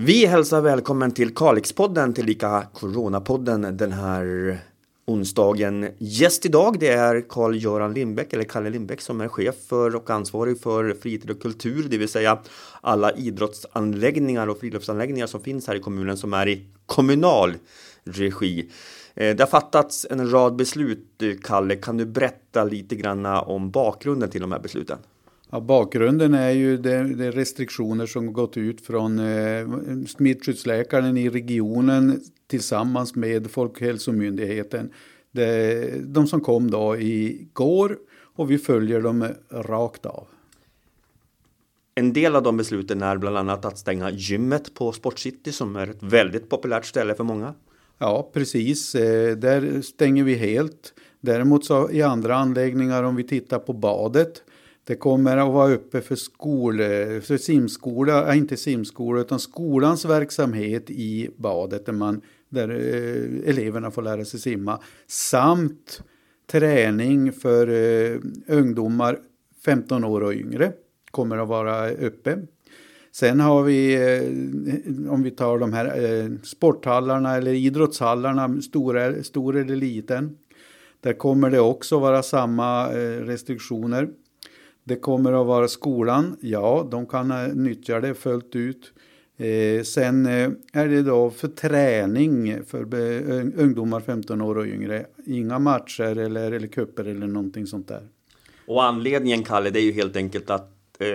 Vi hälsar välkommen till Kalixpodden, till lika Coronapodden den här onsdagen. Gäst idag det är Carl-Göran Lindbäck, eller Kalle Lindbäck, som är chef för och ansvarig för fritid och kultur. Det vill säga alla idrottsanläggningar och friluftsanläggningar som finns här i kommunen som är i kommunal regi. Det har fattats en rad beslut, Kalle. Kan du berätta lite grann om bakgrunden till de här besluten? Ja, bakgrunden är ju de restriktioner som gått ut från smittskyddsläkaren i regionen tillsammans med Folkhälsomyndigheten. De som kom då igår, och vi följer dem rakt av. En del av de besluten är bland annat att stänga gymmet på Sportcity som är ett väldigt populärt ställe för många. Ja, precis. Där stänger vi helt. Däremot så i andra anläggningar, om vi tittar på badet, det kommer att vara uppe för simskola, inte simskola utan skolans verksamhet i badet där eleverna får lära sig simma. Samt träning för ungdomar 15 år och yngre kommer att vara uppe. Sen har vi, om vi tar de här sporthallarna eller idrottshallarna, stor eller liten, där kommer det också vara samma restriktioner. Det kommer att vara skolan, ja, de kan nyttja det fullt ut. Sen är det då för träning för ungdomar 15 år och yngre. Inga matcher eller kupper eller någonting sånt där. Och anledningen, Kalle, det är ju helt enkelt att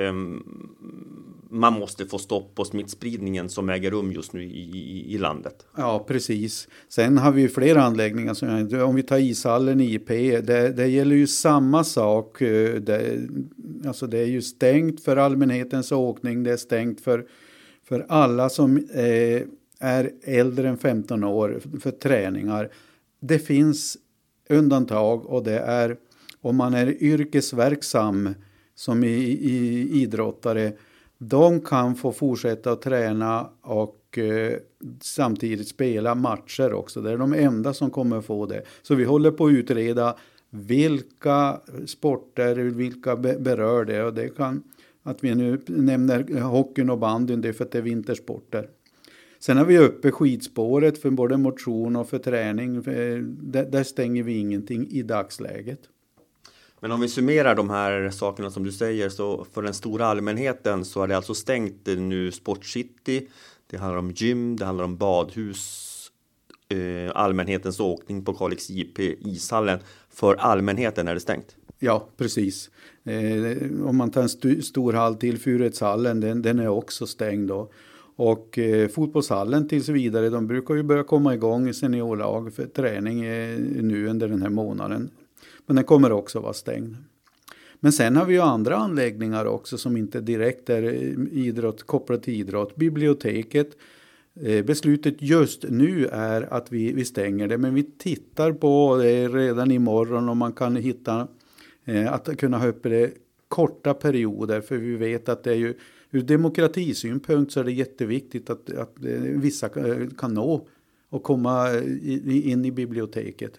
man måste få stopp på smittspridningen som äger rum just nu i landet. Ja, precis. Sen har vi flera anläggningar. Om vi tar ishallen IP, det gäller ju samma sak. Alltså det är ju stängt för allmänhetens åkning. Det är stängt för alla som är äldre än 15 år för träningar. Det finns undantag, och det är om man är yrkesverksam som idrottare. De kan få fortsätta att träna och samtidigt spela matcher också. Det är de enda som kommer få det. Så vi håller på att utreda vilka sporter, vilka berör det. Och det kan, att vi nu nämner hockeyn och bandyn, det är för att det är vintersporter. Sen har vi uppe skidspåret för både motion och för träning. Där stänger vi ingenting i dagsläget. Men om vi summerar de här sakerna som du säger, så för den stora allmänheten så är det alltså stängt nu Sportcity. Det handlar om gym, det handlar om badhus, allmänhetens åkning på Kalix JP, ishallen. För allmänheten är det stängt. Ja, precis. Om man tar en stor hall till, Furuetshallen, den är också stängd då. Och fotbollshallen tills vidare, de brukar ju börja komma igång i seniorlag för träning nu under den här månaden. Men den kommer också vara stängd. Men sen har vi ju andra anläggningar också som inte direkt är kopplat till idrott. Biblioteket, beslutet just nu är att vi stänger det. Men vi tittar på det redan imorgon om man kan hitta att kunna ha uppe det korta perioder. För vi vet att det är ju ur demokratisynpunkt så är det jätteviktigt att vissa kan nå och komma in i biblioteket.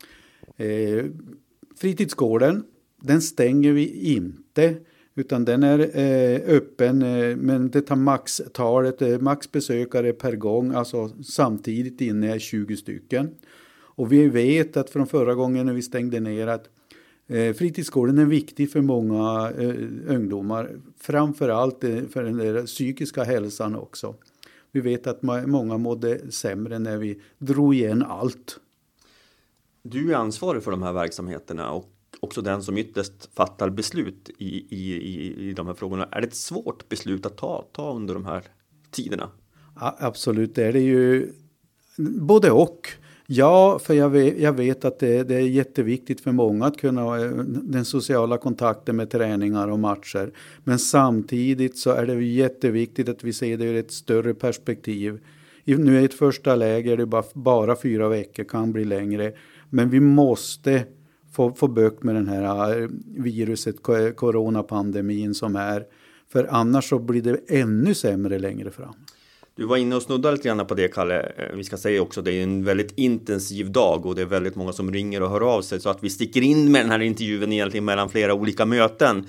Fritidsgården, den stänger vi inte, utan den är öppen, men det tar max besökare per gång, alltså samtidigt inne är 20 stycken. Och vi vet att från förra gången när vi stängde ner att fritidsgården är viktig för många ungdomar, framförallt för den där psykiska hälsan också. Vi vet att många mådde sämre när vi drog igen allt. Du är ansvarig för de här verksamheterna och också den som ytterst fattar beslut i de här frågorna. Är det ett svårt beslut att ta under de här tiderna? Ja, absolut, det är det ju både och. Ja, för jag vet att det är jätteviktigt för många att kunna ha den sociala kontakten med träningar och matcher. Men samtidigt så är det jätteviktigt att vi ser det ur ett större perspektiv. Nu är ett första läge, det är bara 4 veckor, kan bli längre. Men vi måste få bukt med den här viruset, coronapandemin som är. För annars så blir det ännu sämre längre fram. Du var inne och snuddade lite grann på det, Kalle. Vi ska säga också att det är en väldigt intensiv dag och det är väldigt många som ringer och hör av sig. Så att vi sticker in med den här intervjun egentligen mellan flera olika möten.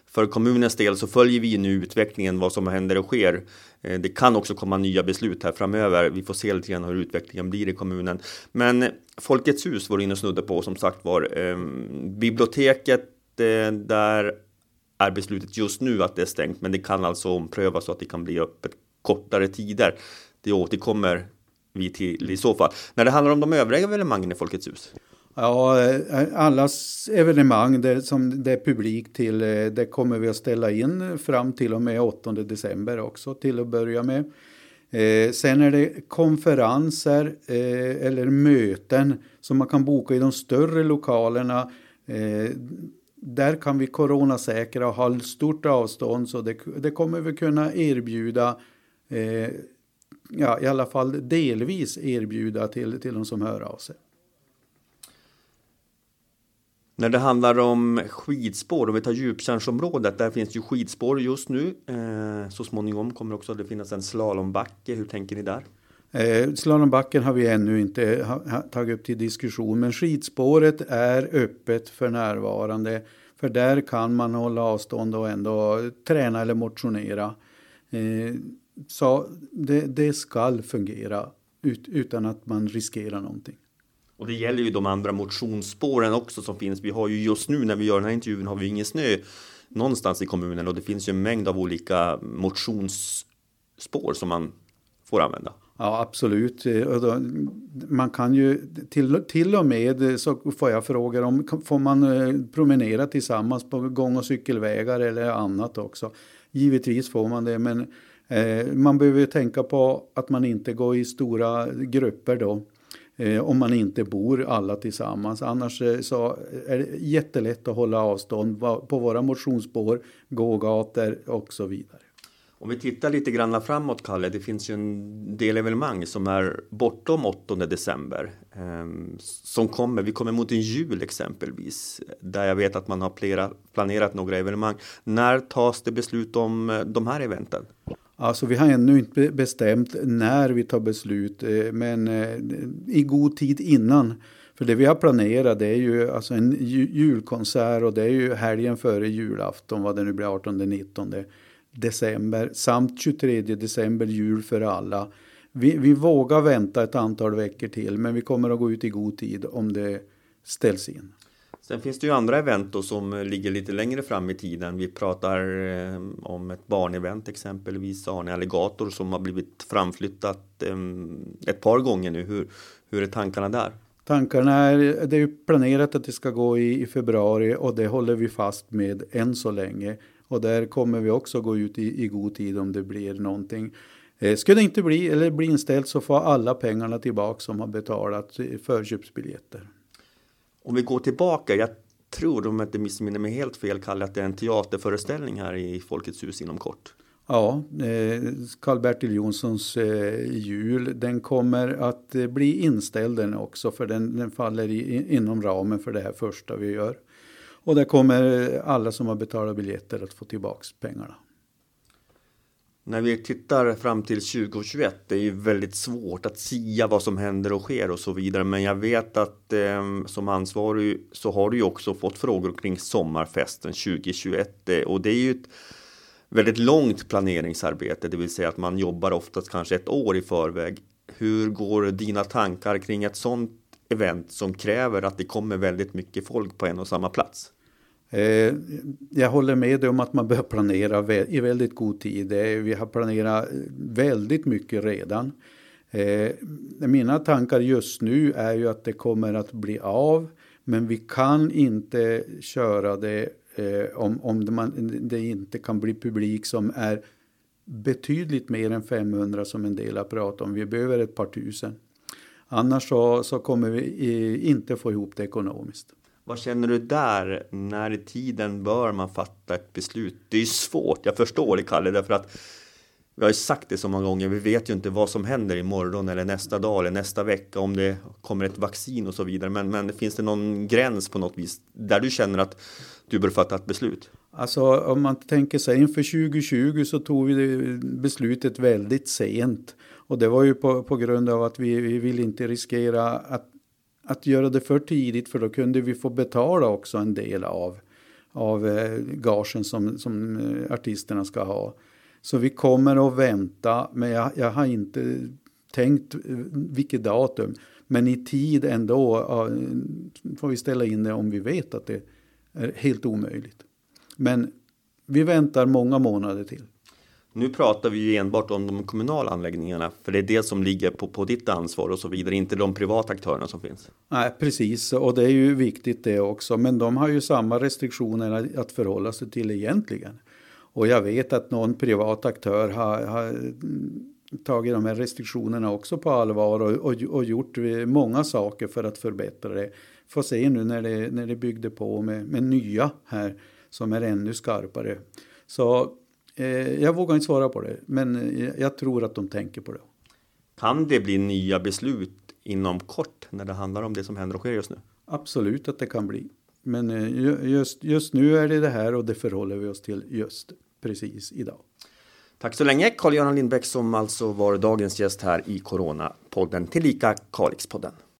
För kommunens del så följer vi nu utvecklingen, vad som händer och sker. Det kan också komma nya beslut här framöver. Vi får se lite grann hur utvecklingen blir i kommunen. Men Folkets hus var det inne och snudde på, som sagt var. Biblioteket, där är beslutet just nu att det är stängt. Men det kan alltså omprövas så att det kan bli öppet kortare tider. Det återkommer vi till i så fall. När det handlar om de övriga evenemangen i Folkets hus. Ja, allas evenemang som det är publik till, det kommer vi att ställa in fram till och med 8 december också till att börja med. Sen är det konferenser eller möten som man kan boka i de större lokalerna. Där kan vi coronasäkra och ha stort avstånd, så det kommer vi kunna erbjuda, i alla fall delvis erbjuda till de som hör av sig. När det handlar om skidspår, om vi tar Djuptjärnsområdet, där finns ju skidspår just nu. Så småningom kommer också det finnas en slalombacke. Hur tänker ni där? Slalombacken har vi ännu inte tagit upp till diskussion, men skidspåret är öppet för närvarande. För där kan man hålla avstånd och ändå träna eller motionera. Så det ska fungera utan att man riskerar någonting. Och det gäller ju de andra motionsspåren också som finns. Vi har ju just nu när vi gör den här intervjun har vi ingen snö någonstans i kommunen. Och det finns ju en mängd av olika motionsspår som man får använda. Ja, absolut. Man kan ju till och med, så får jag fråga om, får man promenera tillsammans på gång- och cykelvägar eller annat också. Givetvis får man det, men man behöver tänka på att man inte går i stora grupper då. Om man inte bor alla tillsammans. Annars så är det jättelätt att hålla avstånd på våra motionsspår, gågator och så vidare. Om vi tittar lite grann framåt, Kalle, det finns ju en del evenemang som är bortom 8 december. Som kommer, vi kommer mot en jul exempelvis, där jag vet att man har planerat några evenemang. När tas det beslut om de här eventen? Alltså vi har ännu inte bestämt när vi tar beslut, men i god tid innan. För det vi har planerat, det är ju alltså en julkonsert, och det är ju helgen före julafton, vad det nu blir, 18-19 december, samt 23 december, jul för alla. Vi vågar vänta ett antal veckor till, men vi kommer att gå ut i god tid om det ställs in. Sen finns det ju andra event då som ligger lite längre fram i tiden. Vi pratar om ett barnevent exempelvis, Arne Alligator, som har blivit framflyttat ett par gånger nu. Hur är tankarna där? Tankarna det är ju planerat att det ska gå i februari, och det håller vi fast med än så länge. Och där kommer vi också gå ut i god tid om det blir någonting. Skulle det inte bli inställt, så får alla pengarna tillbaka som har betalat förköpsbiljetter. Om vi går tillbaka, jag tror, om jag inte missminner mig helt fel, Kalle, att det är en teaterföreställning här i Folkets hus inom kort. Ja, Karl-Bertil Jonssons jul, den kommer att bli inställd den också, för den faller inom ramen för det här första vi gör. Och där kommer alla som har betalat biljetter att få tillbaka pengarna. När vi tittar fram till 2021, det är ju väldigt svårt att sia vad som händer och sker och så vidare. Men jag vet att som ansvarig så har du ju också fått frågor kring sommarfesten 2021. Och det är ju ett väldigt långt planeringsarbete, det vill säga att man jobbar oftast kanske ett år i förväg. Hur går dina tankar kring ett sånt event som kräver att det kommer väldigt mycket folk på en och samma plats? Jag håller med om att man bör planera i väldigt god tid. Vi har planerat väldigt mycket redan. Mina tankar just nu är ju att det kommer att bli av, men vi kan inte köra det om det inte kan bli publik som är betydligt mer än 500 som en del har pratat om. Vi behöver ett par tusen. Annars så kommer vi inte få ihop det ekonomiskt. Vad känner du där? När i tiden bör man fatta ett beslut? Det är ju svårt, jag förstår det, Kalle, därför att vi har ju sagt det så många gånger. Vi vet ju inte vad som händer imorgon eller nästa dag eller nästa vecka, om det kommer ett vaccin och så vidare. Men finns det någon gräns på något vis där du känner att du bör fatta ett beslut? Alltså om man tänker sig inför 2020 så tog vi beslutet väldigt sent. Och det var ju på grund av att vi vill inte riskera att göra det för tidigt, för då kunde vi få betala också en del av. gagen som artisterna ska ha. Så vi kommer att vänta, men jag har inte tänkt vilket datum. Men i tid ändå får vi ställa in det om vi vet att det är helt omöjligt. Men vi väntar många månader till. Nu pratar vi ju enbart om de kommunala anläggningarna, för det är det som ligger på ditt ansvar och så vidare, inte de privata aktörerna som finns. Nej, precis, och det är ju viktigt det också, men de har ju samma restriktioner att förhålla sig till egentligen. Och jag vet att någon privat aktör har tagit de här restriktionerna också på allvar och gjort många saker för att förbättra det. Får se nu när det byggde på med nya här som är ännu skarpare. Så jag vågar inte svara på det, men jag tror att de tänker på det. Kan det bli nya beslut inom kort när det handlar om det som händer och sker just nu? Absolut att det kan bli. Men just nu är det här och det förhåller vi oss till just precis idag. Tack så länge, Carl-Göran Lindbäck, som alltså var dagens gäst här i Corona-podden, tillika Kalixpodden.